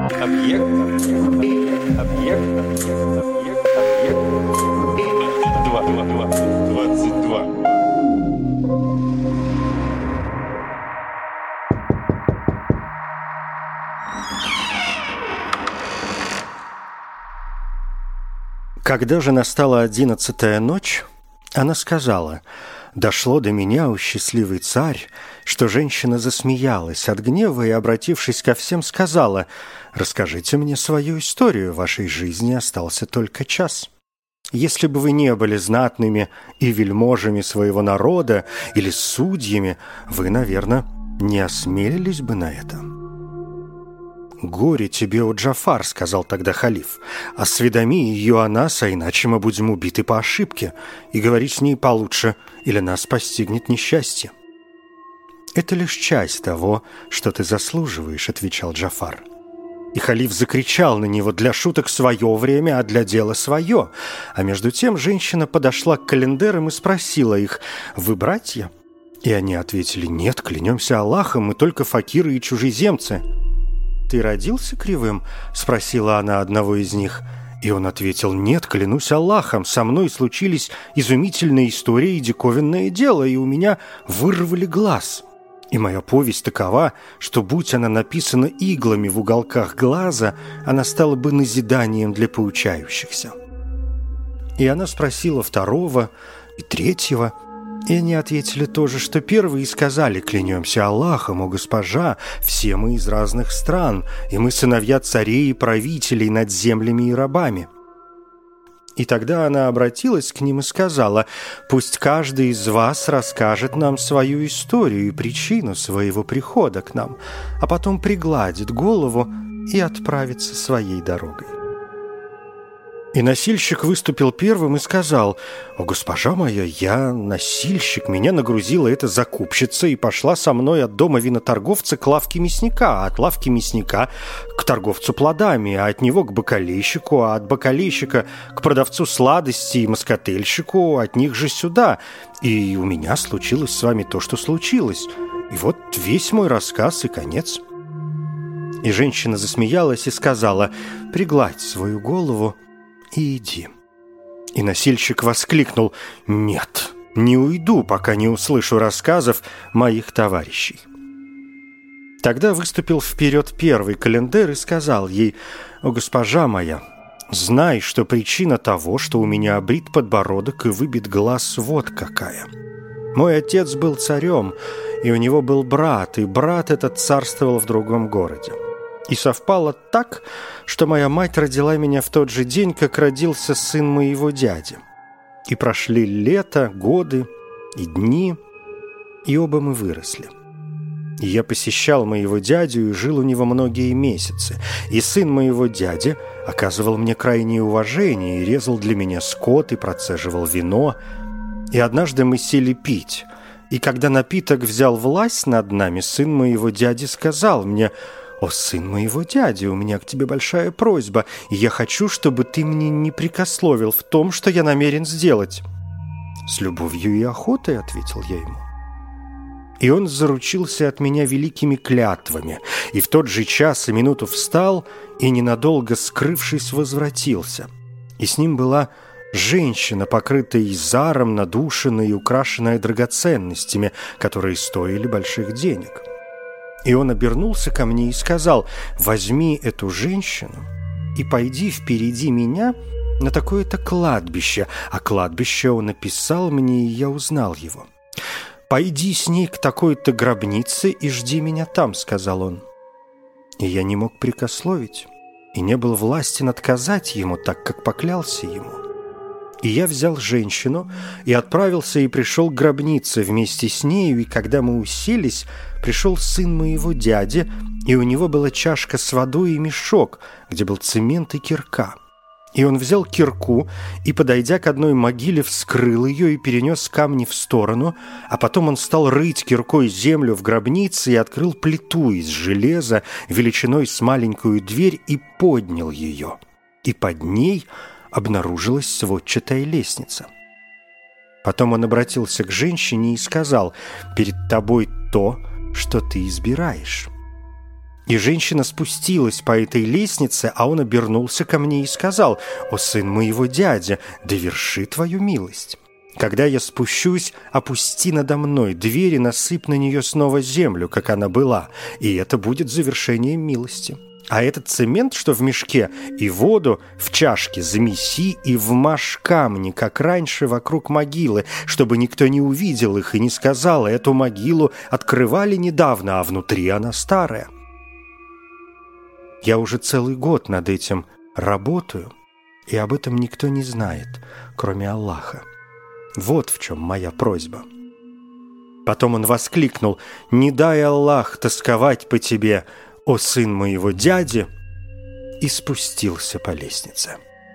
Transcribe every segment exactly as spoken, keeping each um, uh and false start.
Объект. Объект. Объект. Объект. Объект. Два. Два. Два. Двадцать два. Когда же настала одиннадцатая ночь, она сказала: «Дошло до меня, о счастливый царь, что женщина засмеялась от гнева и, обратившись ко всем, сказала: расскажите мне свою историю, в вашей жизни остался только час. Если бы вы не были знатными и вельможами своего народа или судьями, вы, наверное, не осмелились бы на это». «Горе тебе, о Джафар», — сказал тогда халиф, — «осведоми ее о нас, а иначе мы будем убиты по ошибке, и говори с ней получше, или нас постигнет несчастье». «Это лишь часть того, что ты заслуживаешь», — отвечал Джафар. И халиф закричал на него: «Для шуток свое время, а для дела свое». А между тем женщина подошла к календарам и спросила их: «Вы братья?» И они ответили: «Нет, клянемся Аллахом, мы только факиры и чужеземцы». «Ты родился кривым?» — спросила она одного из них. И он ответил: «Нет, клянусь Аллахом, со мной случились изумительные истории и диковинное дело, и у меня вырвали глаз. И моя повесть такова, что, будь она написана иглами в уголках глаза, она стала бы назиданием для поучающихся». И она спросила второго и третьего, и они ответили то же, что первые, и сказали: «Клянемся Аллахом, о госпожа, все мы из разных стран, и мы сыновья царей и правителей над землями и рабами». И тогда она обратилась к ним и сказала: «Пусть каждый из вас расскажет нам свою историю и причину своего прихода к нам, а потом пригладит голову и отправится своей дорогой». И носильщик выступил первым и сказал: «О, госпожа моя, я носильщик, меня нагрузила эта закупщица и пошла со мной от дома виноторговца к лавке мясника, а от лавки мясника к торговцу плодами, а от него к бакалейщику, а от бакалейщика к продавцу сладостей и москотельщику, от них же сюда. И у меня случилось с вами то, что случилось. И вот весь мой рассказ и конец». И женщина засмеялась и сказала: «Пригладь свою голову и иди». И носильщик воскликнул: «Нет, не уйду, пока не услышу рассказов моих товарищей». Тогда выступил вперед первый календар и сказал ей: «О, госпожа моя, знай, что причина того, что у меня обрит подбородок и выбит глаз, вот какая. Мой отец был царем, и у него был брат, и брат этот царствовал в другом городе. И совпало так, что моя мать родила меня в тот же день, как родился сын моего дяди. И прошли лето, годы и дни, и оба мы выросли. И я посещал моего дядю и жил у него многие месяцы. И сын моего дяди оказывал мне крайнее уважение и резал для меня скот и процеживал вино. И однажды мы сели пить. И когда напиток взял власть над нами, сын моего дяди сказал мне: «О, сын моего дяди, у меня к тебе большая просьба, и я хочу, чтобы ты мне не прекословил в том, что я намерен сделать». «С любовью и охотой», — ответил я ему. И он заручился от меня великими клятвами, и в тот же час и минуту встал, и, ненадолго скрывшись, возвратился. И с ним была женщина, покрытая изаром, надушенная и украшенная драгоценностями, которые стоили больших денег. И он обернулся ко мне и сказал: «Возьми эту женщину и пойди впереди меня на такое-то кладбище». А кладбище он описал мне, и я узнал его. «Пойди с ней к такой-то гробнице и жди меня там», — сказал он. И я не мог прекословить, и не был властен отказать ему, так как поклялся ему. И я взял женщину и отправился и пришел к гробнице вместе с нею, и когда мы уселись, пришел сын моего дяди, и у него была чашка с водой и мешок, где был цемент и кирка. И он взял кирку и, подойдя к одной могиле, вскрыл ее и перенес камни в сторону, а потом он стал рыть киркой землю в гробнице и открыл плиту из железа величиной с маленькую дверь и поднял ее. И под ней обнаружилась сводчатая лестница. Потом он обратился к женщине и сказал: «Перед тобой то, что ты избираешь». И женщина спустилась по этой лестнице, а он обернулся ко мне и сказал: «О, сын моего дядя, доверши твою милость. Когда я спущусь, опусти надо мной дверь и насыпь на нее снова землю, как она была, и это будет завершением милости. А этот цемент, что в мешке, и воду в чашке замеси и вмажь камни, как раньше, вокруг могилы, чтобы никто не увидел их и не сказал: эту могилу открывали недавно, а внутри она старая». Я уже целый год над этим работаю, и об этом никто не знает, кроме Аллаха. Вот в чем моя просьба. Потом он воскликнул: «Не дай Аллах тосковать по тебе, о сын моего дяди!» и спустился по лестнице.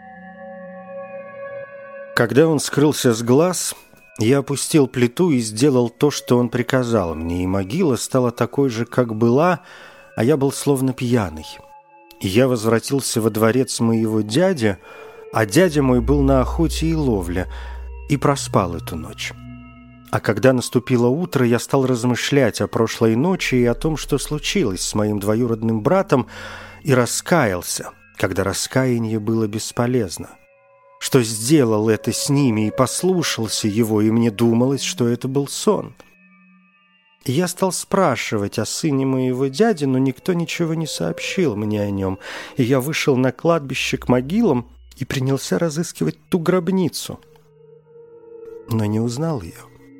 Когда он скрылся с глаз, я опустил плиту и сделал то, что он приказал мне, и могила стала такой же, как была, а я был словно пьяный. И я возвратился во дворец моего дяди, а дядя мой был на охоте и ловле, и проспал эту ночь. А когда наступило утро, я стал размышлять о прошлой ночи и о том, что случилось с моим двоюродным братом, и раскаялся, когда раскаяние было бесполезно. Что сделал это с ними, и послушался его, и мне думалось, что это был сон. И я стал спрашивать о сыне моего дяди, но никто ничего не сообщил мне о нем, и я вышел на кладбище к могилам и принялся разыскивать ту гробницу, но не узнал ее.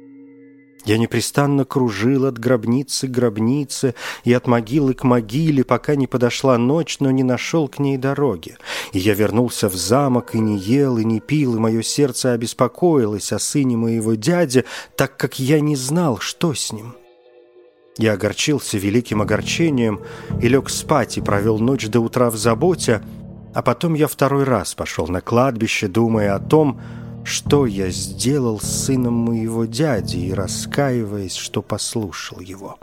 Я непрестанно кружил от гробницы к гробнице и от могилы к могиле, пока не подошла ночь, но не нашел к ней дороги. И я вернулся в замок и не ел, и не пил, и мое сердце обеспокоилось о сыне моего дяди, так как я не знал, что с ним. Я огорчился великим огорчением и лег спать, и провел ночь до утра в заботе, а потом я второй раз пошел на кладбище, думая о том, что я сделал с сыном моего дяди, и раскаиваясь, что послушал его.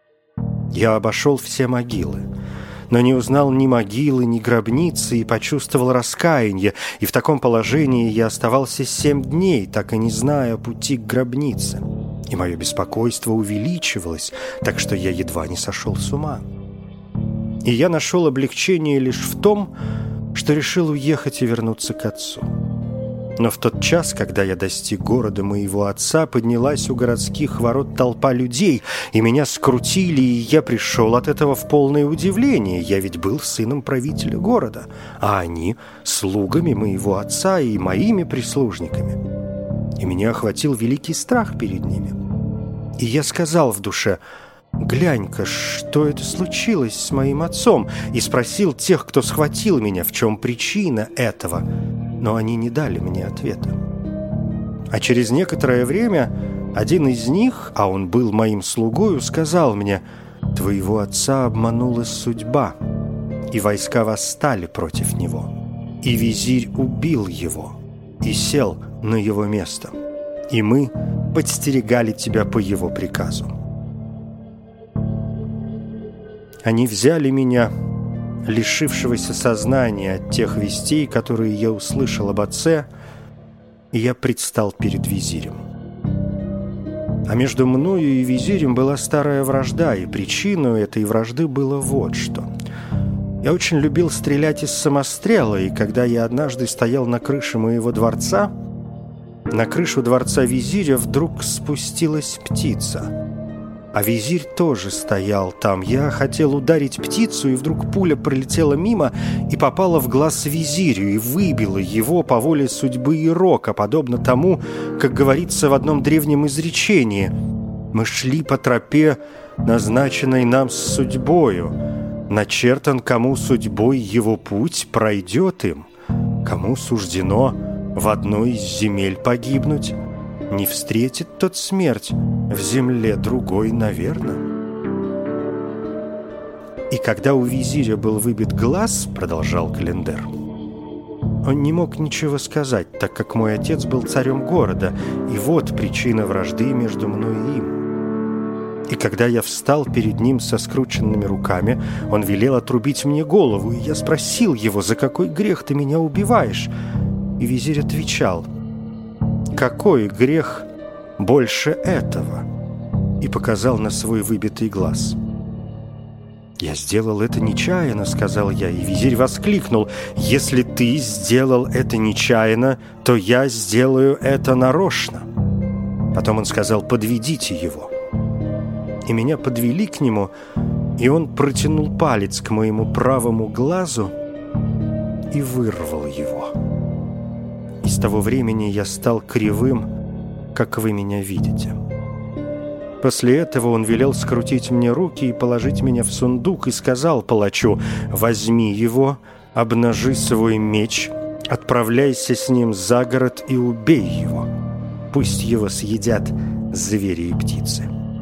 Я обошел все могилы, но не узнал ни могилы, ни гробницы, и почувствовал раскаяние, и в таком положении я оставался семь дней, так и не зная пути к гробнице. И мое беспокойство увеличивалось, так что я едва не сошел с ума. И я нашел облегчение лишь в том, что решил уехать и вернуться к отцу. Но в тот час, когда я достиг города моего отца, поднялась у городских ворот толпа людей, и меня скрутили, и я пришел от этого в полное удивление. Я ведь был сыном правителя города, а они — слугами моего отца и моими прислужниками. И меня охватил великий страх перед ними. И я сказал в душе: «Глянь-ка, что это случилось с моим отцом?» И спросил тех, кто схватил меня, в чем причина этого. Но они не дали мне ответа. А через некоторое время один из них, а он был моим слугою, сказал мне: «Твоего отца обманула судьба, и войска восстали против него, и визирь убил его и сел на его место, и мы подстерегали тебя по его приказу». Они взяли меня, лишившегося сознания, от тех вестей, которые я услышал об отце, и я предстал перед визирем. А между мною и визирем была старая вражда, и причиной этой вражды было вот что. Я очень любил стрелять из самострела, и когда я однажды стоял на крыше моего дворца, на крышу дворца визиря вдруг спустилась птица. А визирь тоже стоял там. Я хотел ударить птицу, и вдруг пуля пролетела мимо и попала в глаз визирю и выбила его по воле судьбы и рока, подобно тому, как говорится в одном древнем изречении: «Мы шли по тропе, назначенной нам с судьбою. Начертан кому судьбой его путь, пройдет им. Кому суждено в одной из земель погибнуть, не встретит тот смерть в земле другой, наверно». И когда у визиря был выбит глаз, продолжал Календер, он не мог ничего сказать, так как мой отец был царем города, и вот причина вражды между мной и им. И когда я встал перед ним со скрученными руками, он велел отрубить мне голову, и я спросил его: «За какой грех ты меня убиваешь?» И визирь отвечал: «Какой грех больше этого?» и показал на свой выбитый глаз. «Я сделал это нечаянно», — сказал я, и визирь воскликнул: «Если ты сделал это нечаянно, то я сделаю это нарочно». Потом он сказал: «Подведите его». И меня подвели к нему, и он протянул палец к моему правому глазу и вырвал его. И с того времени я стал кривым, как вы меня видите. После этого он велел скрутить мне руки и положить меня в сундук, и сказал палачу: «Возьми его, обнажи свой меч, отправляйся с ним за город и убей его. Пусть его съедят звери и птицы».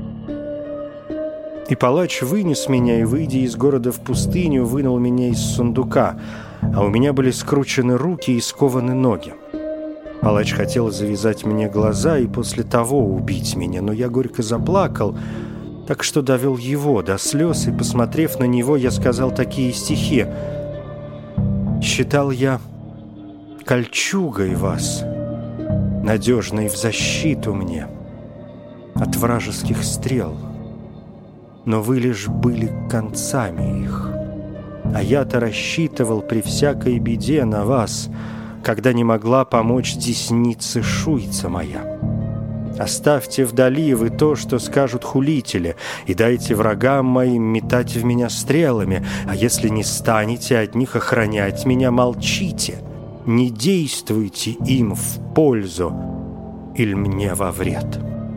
И палач вынес меня, и, выйдя из города в пустыню, вынул меня из сундука, а у меня были скручены руки и скованы ноги. Палач хотел завязать мне глаза и после того убить меня, но я горько заплакал, так что довел его до слез, и, посмотрев на него, я сказал такие стихи: «Считал я кольчугой вас, надежной в защиту мне от вражеских стрел, но вы лишь были концами их, а я-то рассчитывал при всякой беде на вас, когда не могла помочь деснице шуйца моя. Оставьте вдали вы то, что скажут хулители, и дайте врагам моим метать в меня стрелами, а если не станете от них охранять меня, молчите, не действуйте им в пользу или мне во вред».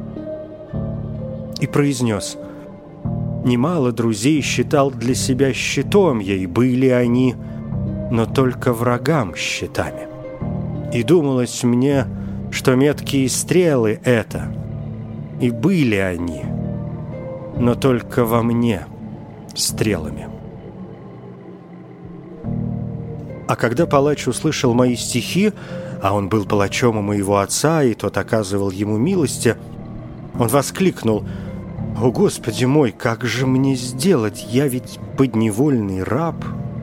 И произнес: «Немало друзей считал для себя щитом я, и были они, но только врагам щитами. И думалось мне, что меткие стрелы это, и были они, но только во мне стрелами». А когда палач услышал мои стихи, а он был палачом у моего отца, и тот оказывал ему милости, он воскликнул: «О, Господи мой, как же мне сделать? Я ведь подневольный раб».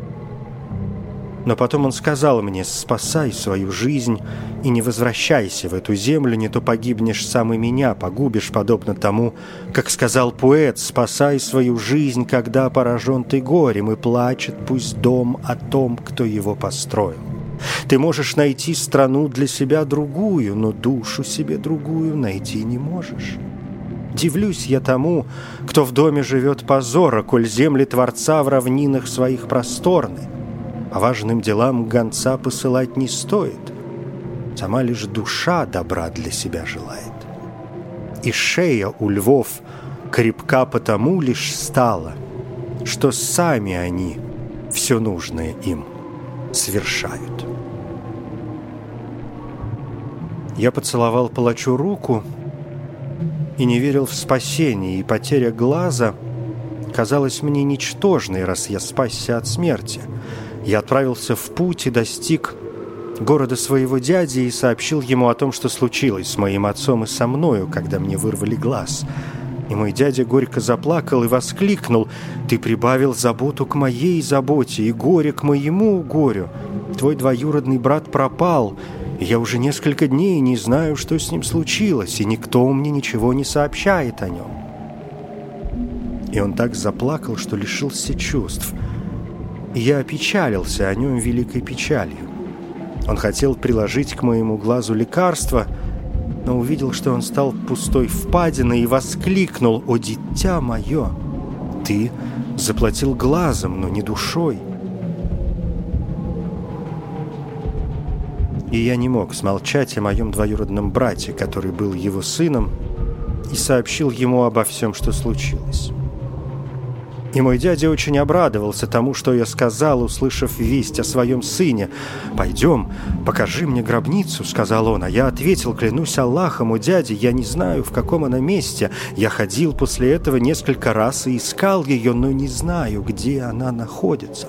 Но потом он сказал мне: «Спасай свою жизнь и не возвращайся в эту землю, не то погибнешь сам и меня погубишь, подобно тому, как сказал поэт: спасай свою жизнь, когда поражен ты горем, и плачет пусть дом о том, кто его построил. Ты можешь найти страну для себя другую, но душу себе другую найти не можешь. Дивлюсь я тому, кто в доме живет позора, коль земли Творца в равнинах своих просторны. По важным делам гонца посылать не стоит, сама лишь душа добра для себя желает. И шея у львов крепка потому лишь стала, что сами они все нужное им совершают». Я поцеловал палачу руку и не верил в спасение, и потеря глаза казалась мне ничтожной, раз я спасся от смерти. Я отправился в путь и достиг города своего дяди и сообщил ему о том, что случилось с моим отцом и со мною, когда мне вырвали глаз. И мой дядя горько заплакал и воскликнул: «Ты прибавил заботу к моей заботе и горе к моему горю. Твой двоюродный брат пропал, и я уже несколько дней не знаю, что с ним случилось, и никто мне ничего не сообщает о нем». И он так заплакал, что лишился чувств. И я опечалился о нем великой печалью. Он хотел приложить к моему глазу лекарство, но увидел, что он стал пустой впадиной, и воскликнул: «О, дитя мое, ты заплатил глазом, но не душой». И я не мог смолчать о моем двоюродном брате, который был его сыном, и сообщил ему обо всем, что случилось. И мой дядя очень обрадовался тому, что я сказал, услышав весть о своем сыне. «Пойдем, покажи мне гробницу», — сказал он. А я ответил: «Клянусь Аллахом, о дядя, я не знаю, в каком она месте. Я ходил после этого несколько раз и искал ее, но не знаю, где она находится».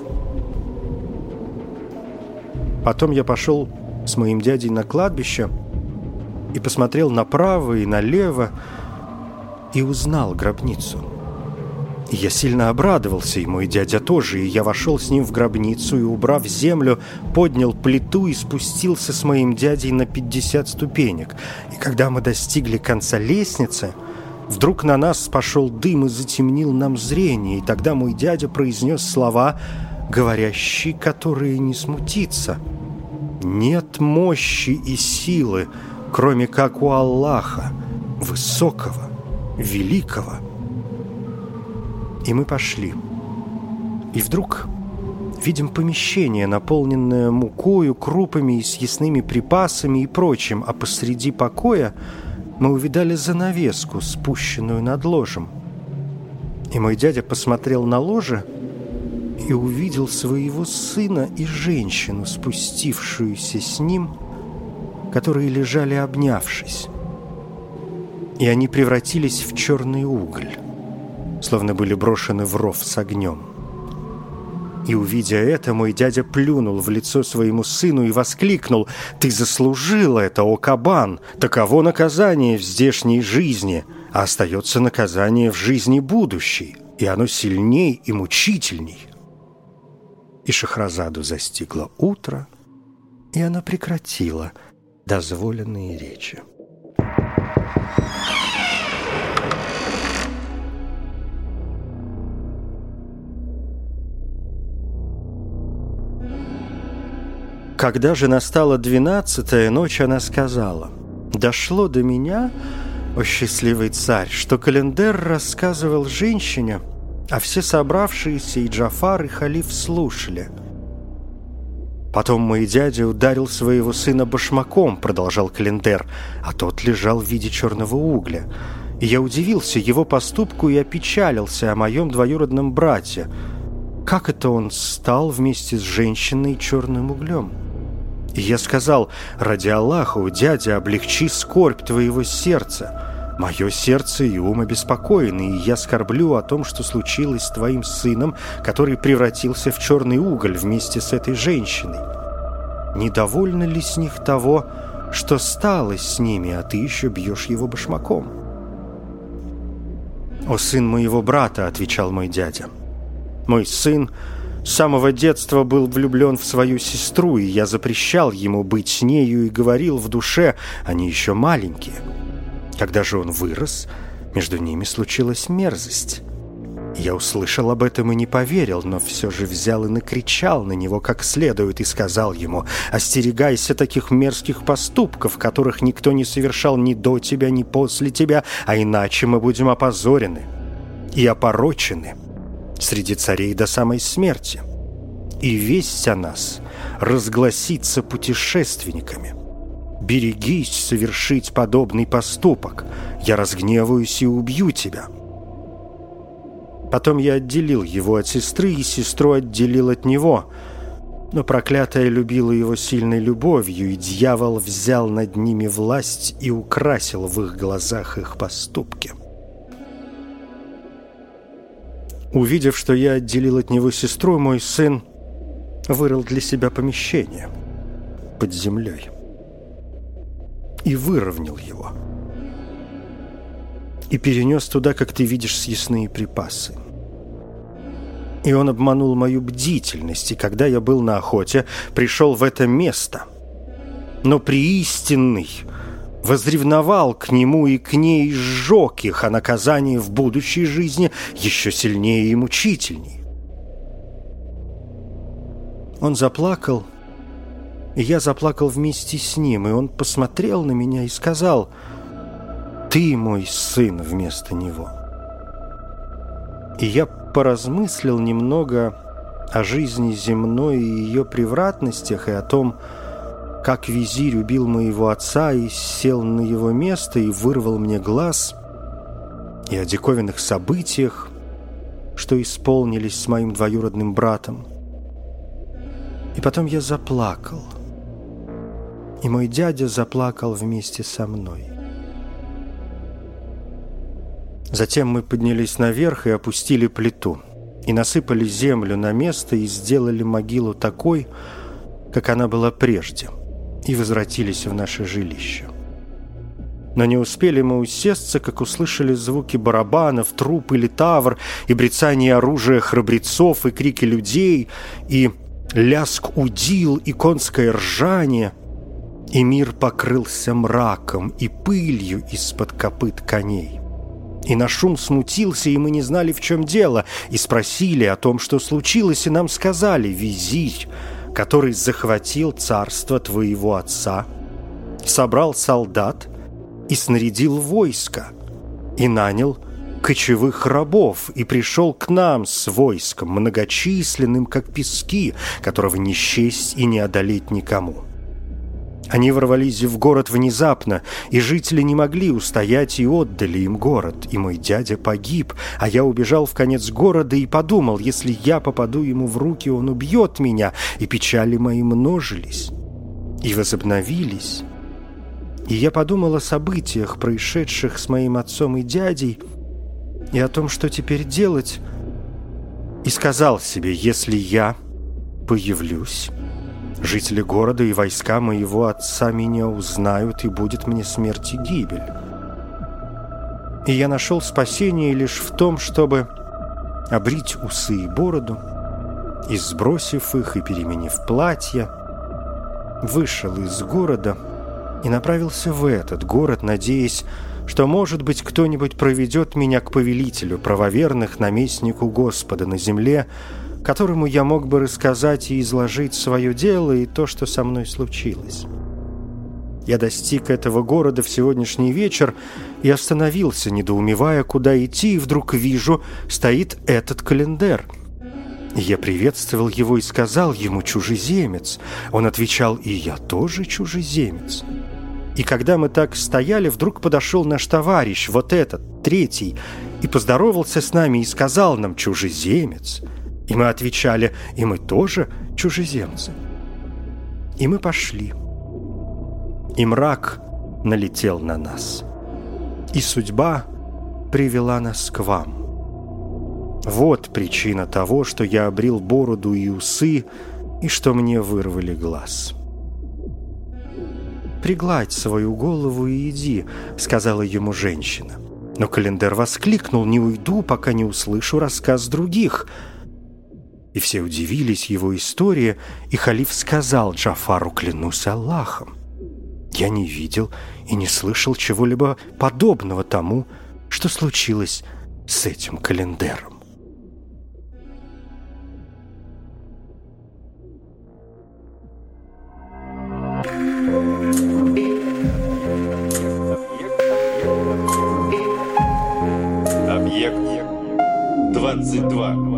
Потом я пошел с моим дядей на кладбище и посмотрел направо и налево и узнал гробницу. И я сильно обрадовался, и мой дядя тоже, и я вошел с ним в гробницу и, убрав землю, поднял плиту и спустился с моим дядей на пятьдесят ступенек. И когда мы достигли конца лестницы, Вдруг на нас пошел дым и затемнил нам зрение, и тогда мой дядя произнес слова, говорящие, которые не смутиться. «Нет мощи и силы, кроме как у Аллаха, высокого, великого». И мы пошли. И вдруг видим помещение, наполненное мукою, крупами и съестными припасами и прочим, а посреди покоя мы увидали занавеску, спущенную над ложем. И мой дядя посмотрел на ложе и увидел своего сына и женщину, спустившуюся с ним, которые лежали обнявшись. И они превратились в черный уголь, словно были брошены в ров с огнем. И, увидя это, мой дядя плюнул в лицо своему сыну и воскликнул: «Ты заслужил это, о кабан! Таково наказание в здешней жизни, а остается наказание в жизни будущей, и оно сильней и мучительней». И Шахразаду застигло утро, и она прекратила дозволенные речи. Когда же настала двенадцатая ночь, она сказала: «Дошло до меня, о счастливый царь, что Календер рассказывал женщине, а все собравшиеся и Джафар, и халиф слушали. Потом мой дядя ударил своего сына башмаком, продолжал Календер, а тот лежал в виде черного угля. И я удивился его поступку и опечалился о моем двоюродном брате. Как это он стал вместе с женщиной черным углем? И я сказал: ради Аллаха, дядя, облегчи скорбь твоего сердца. Мое сердце и ум обеспокоены, и я скорблю о том, что случилось с твоим сыном, который превратился в черный уголь вместе с этой женщиной. Недовольно ли с них того, что стало с ними, а ты еще бьешь его башмаком?» «О, сын моего брата», — отвечал мой дядя, — «мой сын с самого детства был влюблен в свою сестру, и я запрещал ему быть с нею и говорил в душе: они еще маленькие. Когда же он вырос, между ними случилась мерзость. Я услышал об этом и не поверил, но все же взял и накричал на него как следует и сказал ему: остерегайся таких мерзких поступков, которых никто не совершал ни до тебя, ни после тебя, а иначе мы будем опозорены и опорочены среди царей до самой смерти, и весть о нас разгласится путешественниками. Берегись совершить подобный поступок, я разгневаюсь и убью тебя». Потом я отделил его от сестры, и сестру отделил от него, но проклятая любила его сильной любовью, и дьявол взял над ними власть и украсил в их глазах их поступки. Увидев, что я отделил от него сестру, мой сын вырыл для себя помещение под землей и выровнял его, и перенес туда, как ты видишь, съестные припасы. И он обманул мою бдительность, и когда я был на охоте, пришел в это место. Но преистинный возревновал к нему и к ней сжег их, а наказание в будущей жизни еще сильнее и мучительней. Он заплакал, и я заплакал вместе с ним, и он посмотрел на меня и сказал: «Ты мой сын вместо него». И я поразмыслил немного о жизни земной и ее превратностях, и о том, как визирь убил моего отца и сел на его место и вырвал мне глаз, и о диковинных событиях, что исполнились с моим двоюродным братом. И потом я заплакал, и мой дядя заплакал вместе со мной. Затем мы поднялись наверх и опустили плиту, и насыпали землю на место, и сделали могилу такой, как она была прежде, и возвратились в наше жилище. Но не успели мы усесться, как услышали звуки барабанов, труп или тавр, и брецание оружия храбрецов, и крики людей, и лязг удил, и конское ржание, и мир покрылся мраком и пылью из-под копыт коней. И наш ум смутился, и мы не знали, в чем дело, и спросили о том, что случилось, и нам сказали: визирь, который захватил царство твоего отца, собрал солдат и снарядил войско, и нанял кочевых рабов, и пришел к нам с войском, многочисленным, как пески, которого не счесть и не одолеть никому. Они ворвались в город внезапно, и жители не могли устоять и отдали им город, и мой дядя погиб, а я убежал в конец города и подумал: если я попаду ему в руки, он убьет меня, и печали мои множились и возобновились. И я подумал о событиях, происшедших с моим отцом и дядей, и о том, что теперь делать, и сказал себе: если я появлюсь, жители города и войска моего отца меня узнают, и будет мне смерть и гибель. И я нашел спасение лишь в том, чтобы обрить усы и бороду, и, сбросив их и переменив платье, вышел из города и направился в этот город, надеясь, что, может быть, кто-нибудь проведет меня к повелителю правоверных, наместнику Господа на земле, которому я мог бы рассказать и изложить свое дело и то, что со мной случилось. Я достиг этого города в сегодняшний вечер и остановился, недоумевая, куда идти, и вдруг вижу, стоит этот календарь. Я приветствовал его и сказал ему: чужеземец. Он отвечал: и я тоже чужеземец. И когда мы так стояли, вдруг подошел наш товарищ, вот этот, третий, и поздоровался с нами и сказал нам: чужеземец. И мы отвечали: и мы тоже чужеземцы. И мы пошли. И мрак налетел на нас. И судьба привела нас к вам. Вот причина того, что я обрил бороду и усы, и что мне вырвали глаз. «Пригладь свою голову и иди», — сказала ему женщина. Но календарь воскликнул: «Не уйду, пока не услышу рассказ других». И все удивились его истории, и халиф сказал Джафару: «Клянусь Аллахом, я не видел и не слышал чего-либо подобного тому, что случилось с этим календарем». Объект двадцать два.